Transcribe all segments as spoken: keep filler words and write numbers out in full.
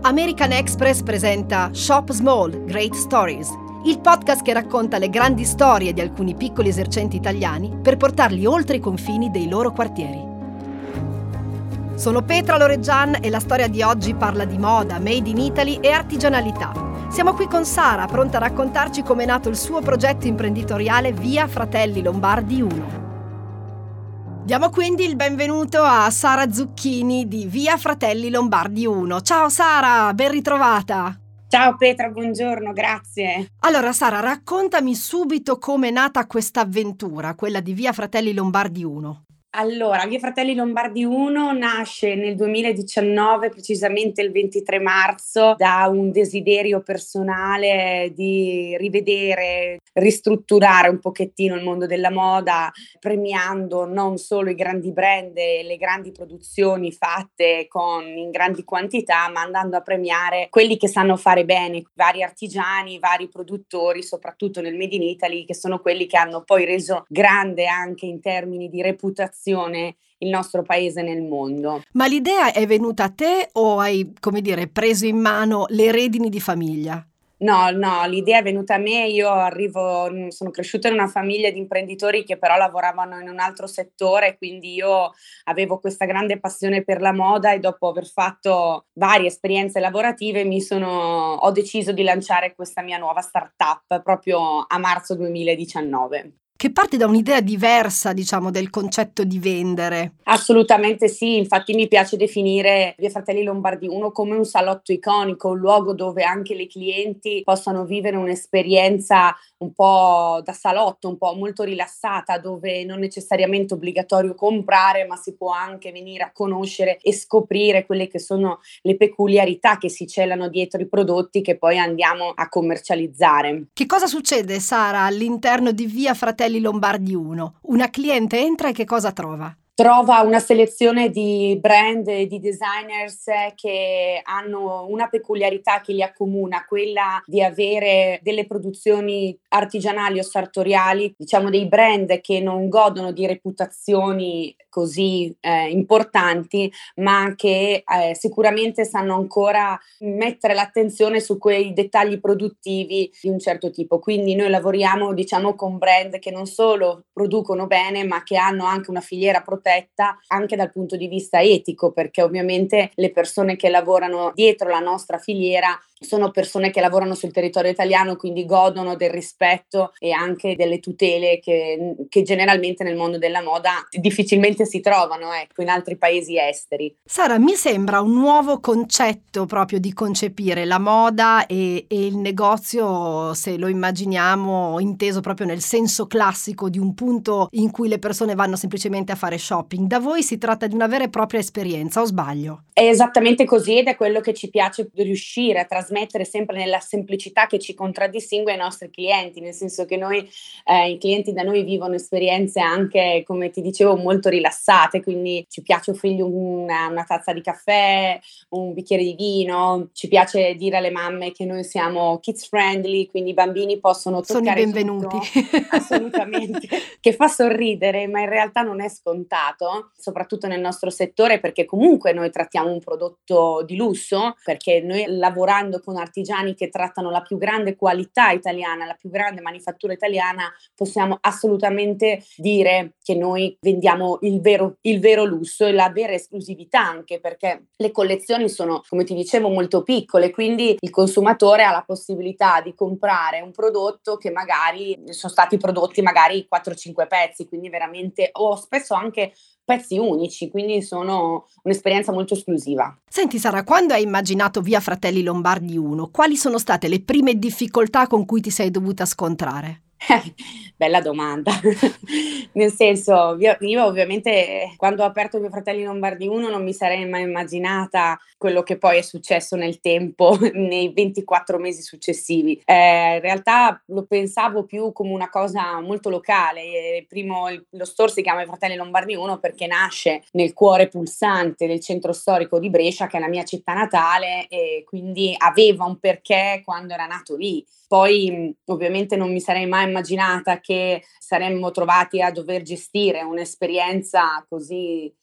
American Express presenta Shop Small, Great Stories, il podcast che racconta le grandi storie di alcuni piccoli esercenti italiani per portarli oltre i confini dei loro quartieri. Sono Petra Loreggian e la storia di oggi parla di moda, made in Italy e artigianalità. Siamo qui con Sara, pronta a raccontarci come è nato il suo progetto imprenditoriale Via Fratelli Lombardi uno. Diamo quindi il benvenuto a Sara Zucchini di Via Fratelli Lombardi uno. Ciao Sara, ben ritrovata. Ciao Petra, buongiorno, grazie. Allora Sara, raccontami subito come è nata questa avventura, quella di Via Fratelli Lombardi uno. Allora, Via Fratelli Lombardi uno nasce nel duemiladiciannove, precisamente il ventitré marzo, da un desiderio personale di rivedere, ristrutturare un pochettino il mondo della moda, premiando non solo i grandi brand e le grandi produzioni fatte con, in grandi quantità, ma andando a premiare quelli che sanno fare bene, vari artigiani, vari produttori, soprattutto nel Made in Italy, che sono quelli che hanno poi reso grande anche in termini di reputazione il nostro paese nel mondo. Ma l'idea è venuta a te o hai, come dire, preso in mano le redini di famiglia? No, no, l'idea è venuta a me. Io arrivo, sono cresciuta in una famiglia di imprenditori che però lavoravano in un altro settore, quindi io avevo questa grande passione per la moda e dopo aver fatto varie esperienze lavorative mi sono, ho deciso di lanciare questa mia nuova startup proprio a marzo duemiladiciannove. Che parte da un'idea diversa, diciamo, del concetto di vendere. Assolutamente sì, infatti mi piace definire Via Fratelli Lombardi uno come un salotto iconico, un luogo dove anche le clienti possano vivere un'esperienza un po' da salotto, un po' molto rilassata, dove non necessariamente è obbligatorio comprare, ma si può anche venire a conoscere e scoprire quelle che sono le peculiarità che si celano dietro i prodotti che poi andiamo a commercializzare. Che cosa succede, Sara, all'interno di Via Fratelli Lombardi uno? Una cliente entra e che cosa trova? Trova una selezione di brand e di designers che hanno una peculiarità che li accomuna, quella di avere delle produzioni artigianali o sartoriali, diciamo dei brand che non godono di reputazioni così eh, importanti, ma che eh, sicuramente sanno ancora mettere l'attenzione su quei dettagli produttivi di un certo tipo. Quindi noi lavoriamo, diciamo, con brand che non solo producono bene, ma che hanno anche una filiera protetta anche dal punto di vista etico, perché ovviamente le persone che lavorano dietro la nostra filiera sono persone che lavorano sul territorio italiano, quindi godono del rispetto e anche delle tutele che, che generalmente nel mondo della moda difficilmente si trovano, ecco, in altri paesi esteri. Sara, mi sembra un nuovo concetto proprio di concepire la moda e, e il negozio, se lo immaginiamo inteso proprio nel senso classico di un punto in cui le persone vanno semplicemente a fare shopping. Da voi si tratta di una vera e propria esperienza, o sbaglio? È esattamente così ed è quello che ci piace riuscire a trasmettere sempre nella semplicità che ci contraddistingue ai nostri clienti, nel senso che noi, eh, i clienti da noi vivono esperienze anche, come ti dicevo, molto rilassate, quindi ci piace offrirgli una, una tazza di caffè, un bicchiere di vino, ci piace dire alle mamme che noi siamo kids friendly, quindi i bambini possono toccare. Sono i benvenuti. Tutto, assolutamente, che fa sorridere, ma in realtà non è scontato, soprattutto nel nostro settore, perché comunque noi trattiamo un prodotto di lusso, perché noi lavorando con artigiani che trattano la più grande qualità italiana, la più grande manifattura italiana, possiamo assolutamente dire che noi vendiamo il vero, il vero lusso e la vera esclusività, anche perché le collezioni sono, come ti dicevo, molto piccole, quindi il consumatore ha la possibilità di comprare un prodotto che magari sono stati prodotti magari quattro cinque pezzi, quindi veramente, o spesso anche pezzi unici, quindi sono un'esperienza molto esclusiva. Senti Sara, quando hai immaginato Via Fratelli Lombardi uno, quali sono state le prime difficoltà con cui ti sei dovuta scontrare? Bella domanda. Nel senso, io, io ovviamente quando ho aperto Via Fratelli Lombardi uno non mi sarei mai immaginata quello che poi è successo nel tempo, nei ventiquattro mesi successivi. Eh, in realtà lo pensavo più come una cosa molto locale. Il primo, lo store si chiama Via Fratelli Lombardi uno perché nasce nel cuore pulsante del centro storico di Brescia, che è la mia città natale, e quindi aveva un perché quando era nato lì. Poi ovviamente non mi sarei mai immaginata che saremmo trovati a dover gestire un'esperienza così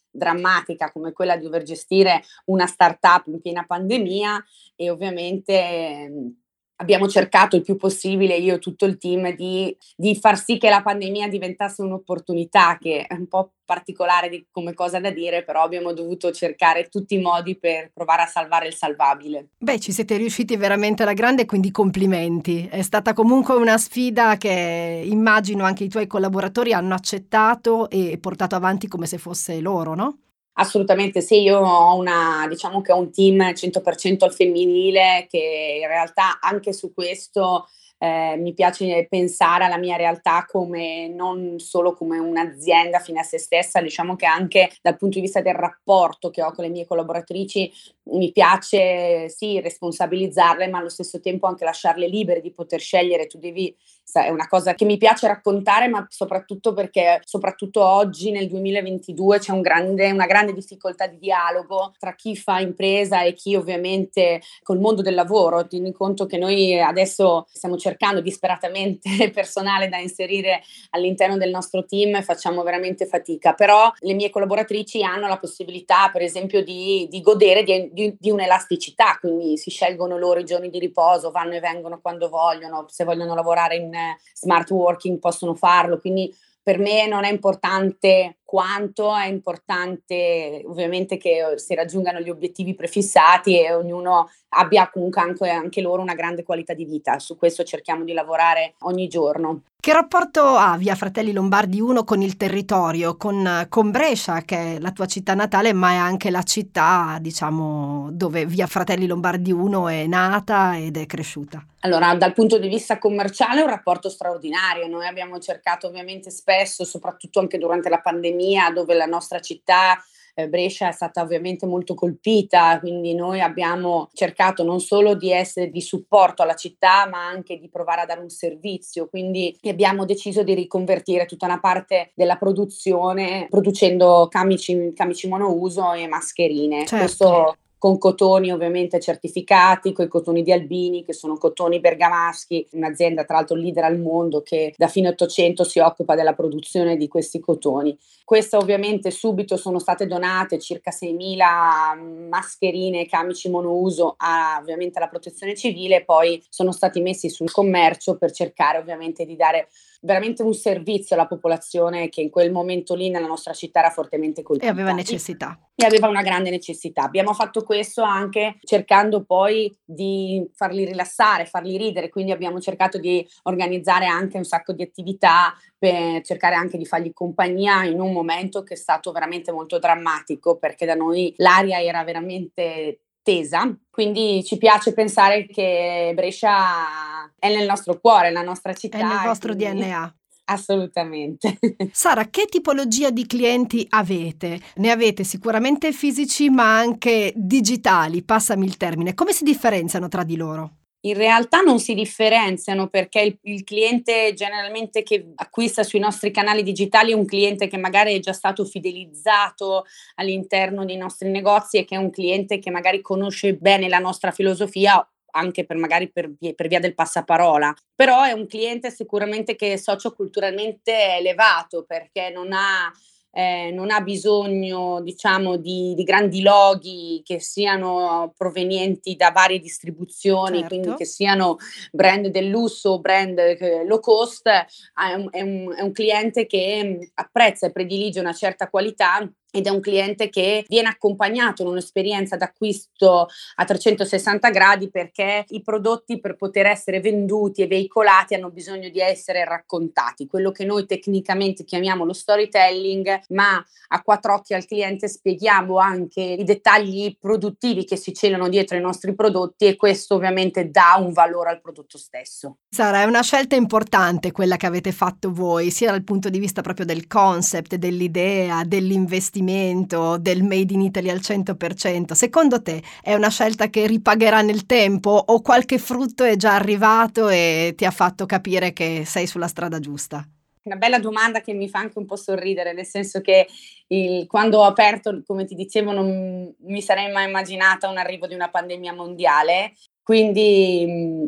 drammatica come quella di dover gestire una startup in piena pandemia e ovviamente mh, abbiamo cercato il più possibile, io e tutto il team, di, di far sì che la pandemia diventasse un'opportunità, che è un po' particolare di, come cosa da dire, però abbiamo dovuto cercare tutti i modi per provare a salvare il salvabile. Beh, ci siete riusciti veramente alla grande, quindi complimenti. È stata comunque una sfida che immagino anche i tuoi collaboratori hanno accettato e portato avanti come se fosse loro, no? Assolutamente sì, io ho una diciamo che ho un team cento per cento al femminile che in realtà anche su questo, ehm, mi piace pensare alla mia realtà come non solo come un'azienda fine a sé stessa, diciamo che anche dal punto di vista del rapporto che ho con le mie collaboratrici mi piace sì responsabilizzarle, ma allo stesso tempo anche lasciarle libere di poter scegliere. Tu devi sa è una cosa che mi piace raccontare, ma soprattutto perché soprattutto oggi nel duemilaventidue c'è un grande una grande difficoltà di dialogo tra chi fa impresa e chi ovviamente col mondo del lavoro. Tieni conto che noi adesso stiamo cercando disperatamente personale da inserire all'interno del nostro team e facciamo veramente fatica, però le mie collaboratrici hanno la possibilità per esempio di, di godere di, di, di un'elasticità, quindi si scelgono loro i giorni di riposo, vanno e vengono quando vogliono, se vogliono lavorare in smart working possono farlo, quindi per me non è importante quanto, è importante ovviamente che si raggiungano gli obiettivi prefissati e ognuno abbia comunque anche, anche loro una grande qualità di vita. Su questo cerchiamo di lavorare ogni giorno. Che rapporto ha Via Fratelli Lombardi uno con il territorio, con, con Brescia, che è la tua città natale, ma è anche la città, diciamo, dove Via Fratelli Lombardi uno è nata ed è cresciuta? Allora, dal punto di vista commerciale è un rapporto straordinario. Noi abbiamo cercato ovviamente spesso, soprattutto anche durante la pandemia, dove la nostra città eh, Brescia è stata ovviamente molto colpita, quindi noi abbiamo cercato non solo di essere di supporto alla città, ma anche di provare a dare un servizio, quindi abbiamo deciso di riconvertire tutta una parte della produzione producendo camici, camici monouso e mascherine. Certo. Questo con cotoni ovviamente certificati, con i cotoni di Albini, che sono cotoni bergamaschi, un'azienda tra l'altro leader al mondo che da fine Ottocento si occupa della produzione di questi cotoni. Queste ovviamente subito sono state donate circa seimila mascherine e camici monouso a, ovviamente alla protezione civile e poi sono stati messi sul commercio per cercare ovviamente di dare veramente un servizio alla popolazione che in quel momento lì nella nostra città era fortemente colpita. E aveva necessità. E aveva una grande necessità. Abbiamo fatto questo anche cercando poi di farli rilassare, farli ridere, quindi abbiamo cercato di organizzare anche un sacco di attività per cercare anche di fargli compagnia in un momento che è stato veramente molto drammatico, perché da noi l'aria era veramente tesa, quindi ci piace pensare che Brescia è nel nostro cuore, la nostra città. È nel vostro quindi... D N A. Assolutamente. Sara, che tipologia di clienti avete? Ne avete sicuramente fisici, ma anche digitali, passami il termine. Come si differenziano tra di loro? In realtà non si differenziano perché il, il cliente generalmente che acquista sui nostri canali digitali è un cliente che magari è già stato fidelizzato all'interno dei nostri negozi e che è un cliente che magari conosce bene la nostra filosofia anche per magari per via, per via del passaparola, però è un cliente sicuramente che è socioculturalmente elevato perché non ha Eh, non ha bisogno, diciamo, di, di grandi loghi che siano provenienti da varie distribuzioni, quindi che Certo. siano brand del lusso o brand eh, low cost, è un, è un, è un cliente che apprezza e predilige una certa qualità ed è un cliente che viene accompagnato in un'esperienza d'acquisto a trecentosessanta gradi perché i prodotti per poter essere venduti e veicolati hanno bisogno di essere raccontati, quello che noi tecnicamente chiamiamo lo storytelling, ma a quattro occhi al cliente spieghiamo anche i dettagli produttivi che si celano dietro i nostri prodotti e questo ovviamente dà un valore al prodotto stesso. Sara, è una scelta importante quella che avete fatto voi, sia dal punto di vista proprio del concept, dell'idea, dell'investimento, del made in Italy al cento per cento. Secondo te è una scelta che ripagherà nel tempo o qualche frutto è già arrivato e ti ha fatto capire che sei sulla strada giusta? Una bella domanda che mi fa anche un po' sorridere, nel senso che il, quando ho aperto, come ti dicevo, non mi sarei mai immaginata un arrivo di una pandemia mondiale, quindi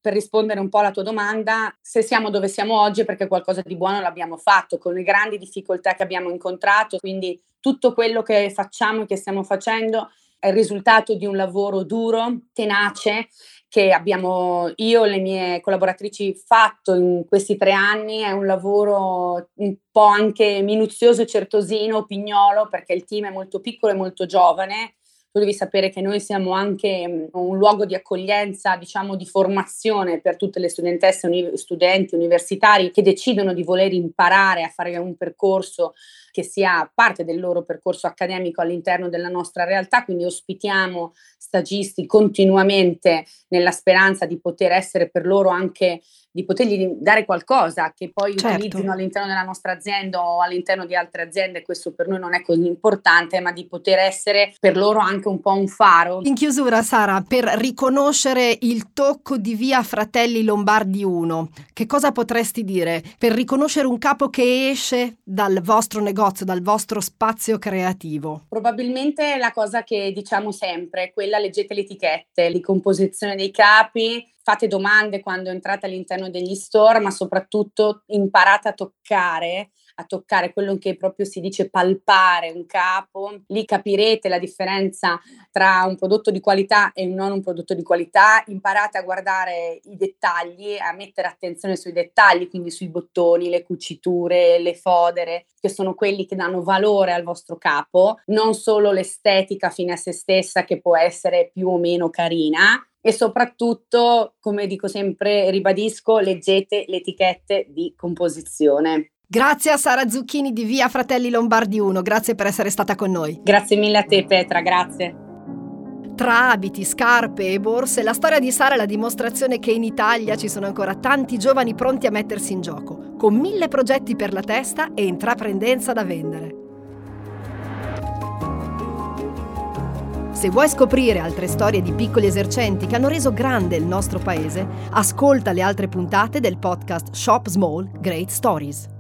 per rispondere un po' alla tua domanda, se siamo dove siamo oggi è perché qualcosa di buono l'abbiamo fatto, con le grandi difficoltà che abbiamo incontrato, quindi tutto quello che facciamo e che stiamo facendo è il risultato di un lavoro duro, tenace, che abbiamo io e le mie collaboratrici fatto in questi tre anni. È un lavoro un po' anche minuzioso e certosino, pignolo, perché il team è molto piccolo e molto giovane. Tu devi sapere che noi siamo anche un luogo di accoglienza, diciamo di formazione per tutte le studentesse, uni- studenti universitari che decidono di voler imparare a fare un percorso che sia parte del loro percorso accademico all'interno della nostra realtà, quindi ospitiamo stagisti continuamente nella speranza di poter essere per loro anche, di potergli dare qualcosa che poi Certo. utilizzino all'interno della nostra azienda o all'interno di altre aziende. Questo per noi non è così importante, ma di poter essere per loro anche un po' un faro. In chiusura, Sara, per riconoscere il tocco di Via Fratelli Lombardi uno, che cosa potresti dire? Per riconoscere un capo che esce dal vostro negozio, dal vostro spazio creativo? Probabilmente la cosa che diciamo sempre è quella: leggete le etichette, di composizione dei capi, fate domande quando entrate all'interno degli store, ma soprattutto imparate a toccare, a toccare quello che proprio si dice palpare un capo. Lì capirete la differenza tra un prodotto di qualità e non un prodotto di qualità. Imparate a guardare i dettagli, a mettere attenzione sui dettagli, quindi sui bottoni, le cuciture, le fodere, che sono quelli che danno valore al vostro capo, non solo l'estetica fine a se stessa, che può essere più o meno carina. E soprattutto, come dico sempre, ribadisco, leggete le etichette di composizione. Grazie a Sara Zucchini di Via Fratelli Lombardi uno, grazie per essere stata con noi. Grazie mille a te, Petra, grazie. Tra abiti, scarpe e borse, la storia di Sara è la dimostrazione che in Italia ci sono ancora tanti giovani pronti a mettersi in gioco, con mille progetti per la testa e intraprendenza da vendere. Se vuoi scoprire altre storie di piccoli esercenti che hanno reso grande il nostro paese, ascolta le altre puntate del podcast Shop Small, Great Stories.